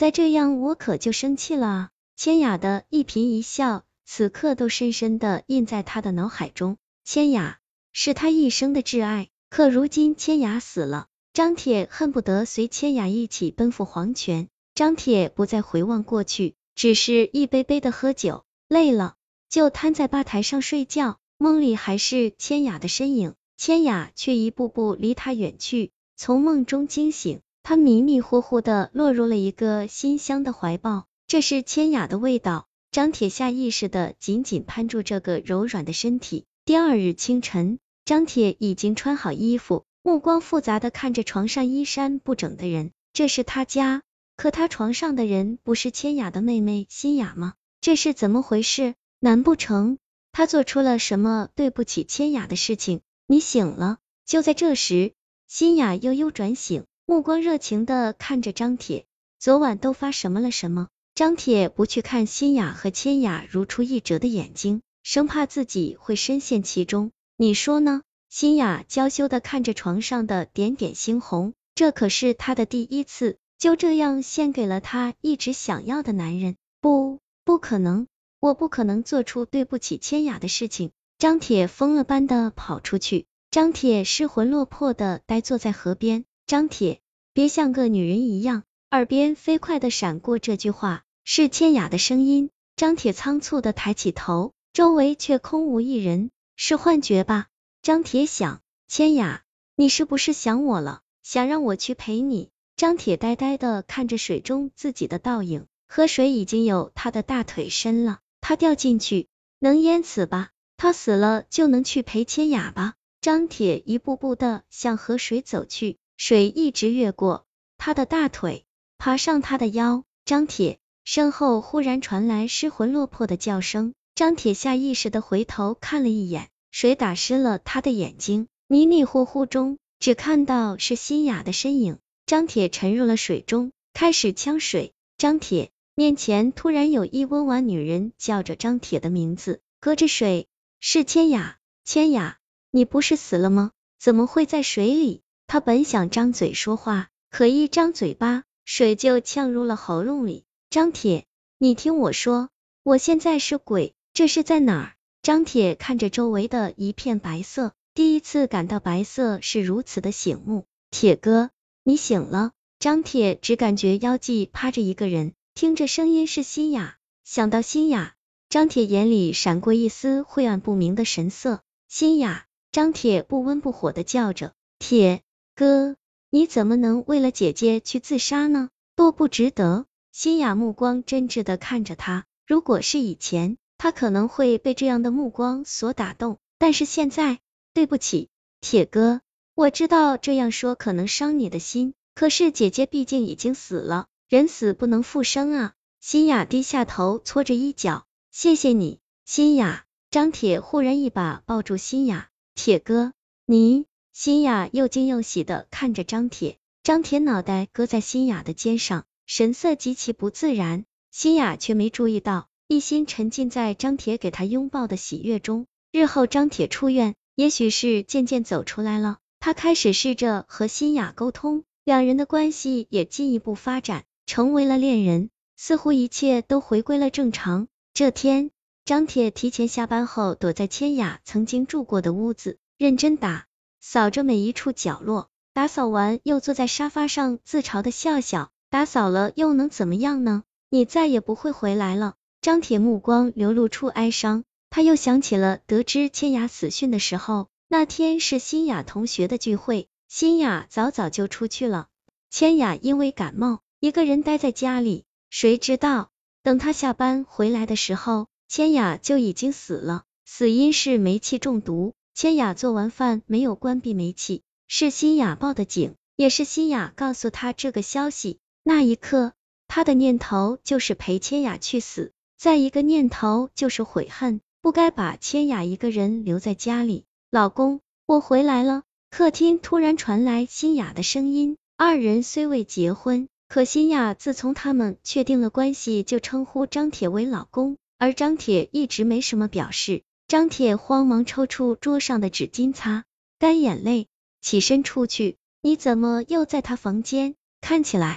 再这样我可就生气了啊。千雅的一颦一笑，此刻都深深的印在他的脑海中。千雅是他一生的挚爱，可如今千雅死了，张铁恨不得随千雅一起奔赴黄泉。张铁不再回望过去，只是一杯杯的喝酒，累了就瘫在吧台上睡觉，梦里还是千雅的身影，千雅却一步步离他远去。从梦中惊醒，他迷迷糊糊的落入了一个馨香的怀抱，这是千雅的味道。张铁下意识的紧紧攀住这个柔软的身体。第二日清晨，张铁已经穿好衣服，目光复杂的看着床上衣衫不整的人，这是他家，可他床上的人不是千雅的妹妹馨雅吗？这是怎么回事？难不成他做出了什么对不起千雅的事情？你醒了。就在这时，馨雅悠悠转醒，目光热情的看着张铁，昨晚都发什么了什么？张铁不去看馨雅和千雅如出一辙的眼睛，生怕自己会深陷其中。你说呢？馨雅娇羞的看着床上的点点猩红，这可是她的第一次，就这样献给了她一直想要的男人。不可能，我不可能做出对不起千雅的事情。张铁疯了般的跑出去，张铁失魂落魄的呆坐在河边。张铁，别像个女人一样。耳边飞快的闪过这句话，是千雅的声音。张铁仓促的抬起头，周围却空无一人，是幻觉吧？张铁想。千雅，你是不是想我了？想让我去陪你？张铁呆呆的看着水中自己的倒影，河水已经有他的大腿深了，他掉进去能淹死吧？他死了就能去陪千雅吧？张铁一步步的向河水走去，水一直越过他的大腿，爬上他的腰。张铁身后忽然传来失魂落魄的叫声，张铁下意识的回头看了一眼，水打湿了他的眼睛，迷迷糊糊中只看到是馨雅的身影。张铁沉入了水中，开始呛水。张铁面前突然有一温婉女人叫着张铁的名字，隔着水，是千雅。千雅，你不是死了吗？怎么会在水里？他本想张嘴说话，可一张嘴巴，水就呛入了喉咙里。张铁，你听我说，我现在是鬼，这是在哪儿？张铁看着周围的一片白色，第一次感到白色是如此的醒目。铁哥，你醒了。张铁只感觉腰际趴着一个人，听着声音是馨雅。想到馨雅，张铁眼里闪过一丝晦暗不明的神色。馨雅，张铁不温不火的叫着，铁哥，你怎么能为了姐姐去自杀呢？多不值得。馨雅目光真挚的看着他，如果是以前，他可能会被这样的目光所打动，但是现在，对不起，铁哥，我知道这样说可能伤你的心，可是姐姐毕竟已经死了，人死不能复生啊。馨雅低下头搓着衣角，谢谢你，馨雅。张铁忽然一把抱住馨雅，铁哥，你。馨雅又惊又喜的看着张铁，张铁脑袋搁在馨雅的肩上，神色极其不自然，馨雅却没注意到，一心沉浸在张铁给他拥抱的喜悦中。日后张铁出院，也许是渐渐走出来了，他开始试着和馨雅沟通，两人的关系也进一步发展，成为了恋人，似乎一切都回归了正常。这天，张铁提前下班后，躲在千雅曾经住过的屋子，认真打扫着每一处角落，打扫完又坐在沙发上自嘲的笑笑，打扫了又能怎么样呢？你再也不会回来了。张铁目光流露出哀伤，他又想起了得知千雅死讯的时候，那天是馨雅同学的聚会，馨雅早早就出去了，千雅因为感冒一个人待在家里，谁知道等他下班回来的时候，千雅就已经死了，死因是煤气中毒。千雅做完饭没有关闭煤气，是馨雅报的警，也是馨雅告诉他这个消息。那一刻，他的念头就是陪千雅去死，再一个念头就是悔恨，不该把千雅一个人留在家里。老公，我回来了。客厅突然传来馨雅的声音，二人虽未结婚，可馨雅自从他们确定了关系，就称呼张铁为老公，而张铁一直没什么表示。张铁慌忙抽出桌上的纸巾擦干眼泪，起身出去。你怎么又在他房间？看起来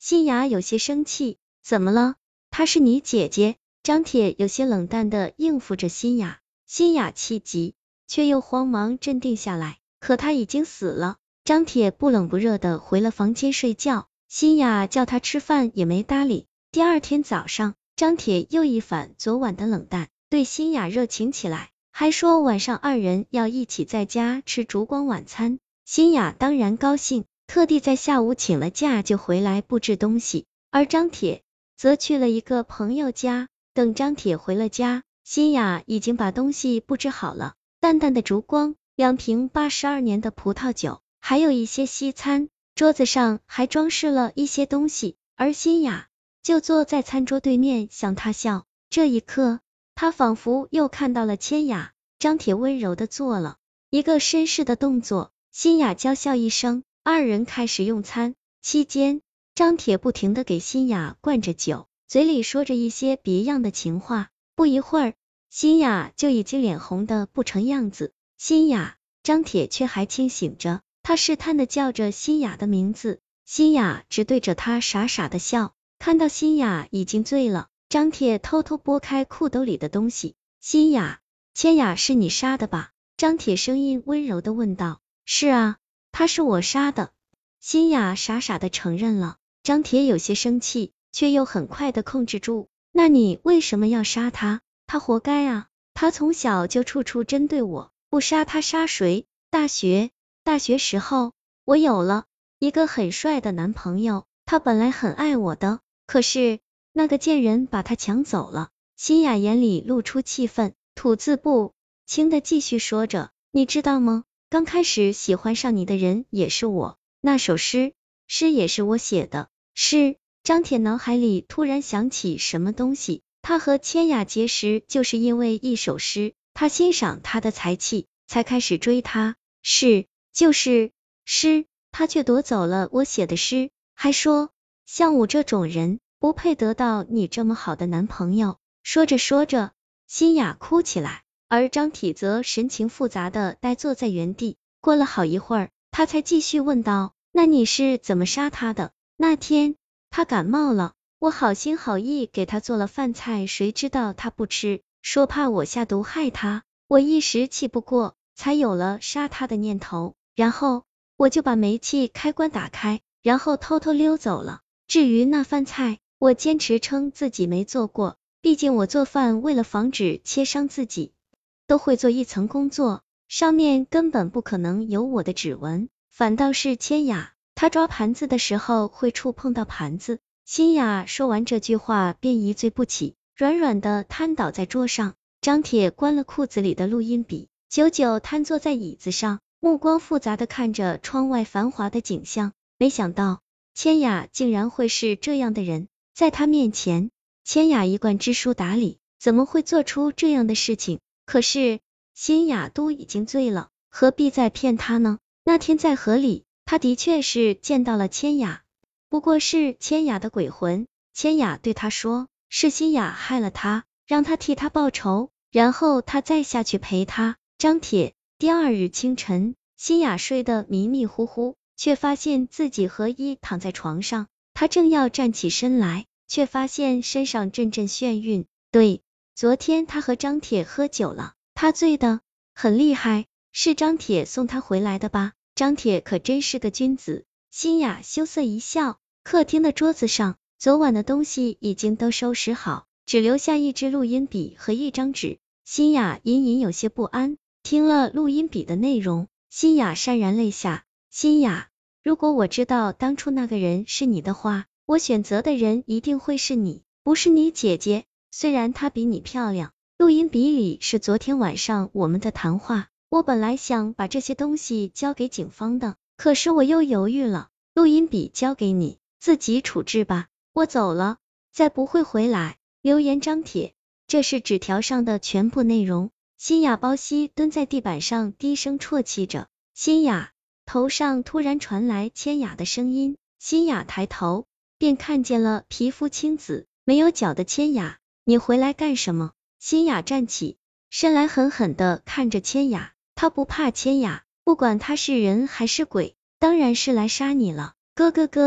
新雅有些生气，怎么了？她是你姐姐。张铁有些冷淡的应付着新雅，新雅气急，却又慌忙镇定下来。可他已经死了。张铁不冷不热的回了房间睡觉，新雅叫他吃饭也没搭理。第二天早上，张铁又一反昨晚的冷淡，对新雅热情起来，还说晚上二人要一起在家吃烛光晚餐。新雅当然高兴，特地在下午请了假就回来布置东西，而张铁则去了一个朋友家。等张铁回了家，新雅已经把东西布置好了，淡淡的烛光，2瓶82年的葡萄酒，还有一些西餐，桌子上还装饰了一些东西，而新雅就坐在餐桌对面向他笑。这一刻，他仿佛又看到了千雅。张铁温柔的做了一个绅士的动作，新雅娇笑一声，二人开始用餐。期间，张铁不停的给新雅灌着酒，嘴里说着一些别样的情话。不一会儿，新雅就已经脸红的不成样子。新雅，张铁却还清醒着，他试探的叫着新雅的名字，新雅只对着他傻傻的笑。看到新雅已经醉了，张铁偷偷拨开裤兜里的东西。新雅，千雅是你杀的吧？张铁声音温柔的问道。是啊，他是我杀的。新雅傻傻的承认了。张铁有些生气，却又很快的控制住。那你为什么要杀他？他活该啊，他从小就处处针对我，不杀他杀谁？大学时候，我有了一个很帅的男朋友，他本来很爱我的，可是那个贱人把他抢走了。新雅眼里露出气愤，吐字不清的继续说着，你知道吗？刚开始喜欢上你的人也是我，那首诗也是我写的。诗？张铁脑海里突然想起什么东西，他和千雅结识就是因为一首诗，他欣赏他的才气，才开始追他。是，就是诗，他却夺走了我写的诗，还说像我这种人不配得到你这么好的男朋友。说着说着，新雅哭起来，而张铁则神情复杂的呆坐在原地。过了好一会儿，他才继续问道，那你是怎么杀他的？那天他感冒了，我好心好意给他做了饭菜，谁知道他不吃，说怕我下毒害他，我一时气不过，才有了杀他的念头，然后我就把煤气开关打开，然后偷偷溜走了。至于那饭菜，我坚持称自己没做过，毕竟我做饭为了防止切伤自己，都会做一层工作，上面根本不可能有我的指纹，反倒是千雅，他抓盘子的时候会触碰到盘子。新雅说完这句话便一醉不起，软软的瘫倒在桌上。张铁关了裤子里的录音笔，久久瘫坐在椅子上，目光复杂的看着窗外繁华的景象。没想到千雅竟然会是这样的人，在他面前，千雅一贯知书达理，怎么会做出这样的事情？可是新雅都已经醉了，何必再骗他呢？那天在河里，他的确是见到了千雅，不过是千雅的鬼魂。千雅对他说，是新雅害了他，让他替他报仇，然后他再下去陪他。张铁。第二日清晨，新雅睡得迷迷糊糊，却发现自己和衣躺在床上，他正要站起身来，却发现身上阵阵眩晕。对，昨天他和张铁喝酒了，他醉得很厉害，是张铁送他回来的吧？张铁可真是个君子。新雅羞涩一笑。客厅的桌子上，昨晚的东西已经都收拾好，只留下一支录音笔和一张纸。新雅隐隐有些不安，听了录音笔的内容，新雅潸然泪下。新雅，如果我知道当初那个人是你的话，我选择的人一定会是你，不是你姐姐，虽然她比你漂亮。录音笔里是昨天晚上我们的谈话，我本来想把这些东西交给警方的，可是我又犹豫了。录音笔交给你，自己处置吧，我走了，再不会回来。留言张铁。这是纸条上的全部内容。新雅包膝蹲在地板上低声啜泣着。新雅，头上突然传来千雅的声音。新雅抬头，便看见了皮肤青紫、没有脚的千雅。你回来干什么？新雅站起身来，狠狠地看着千雅。她不怕千雅，不管她是人还是鬼，当然是来杀你了。咯咯咯。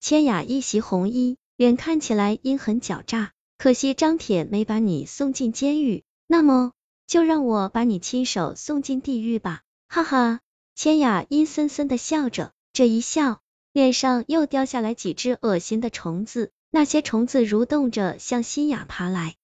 千雅一袭红衣，脸看起来阴狠狡诈，可惜张铁没把你送进监狱，那么就让我把你亲手送进地狱吧，哈哈。千雅阴森森的笑着，这一笑，脸上又掉下来几只恶心的虫子，那些虫子蠕动着向新雅爬来，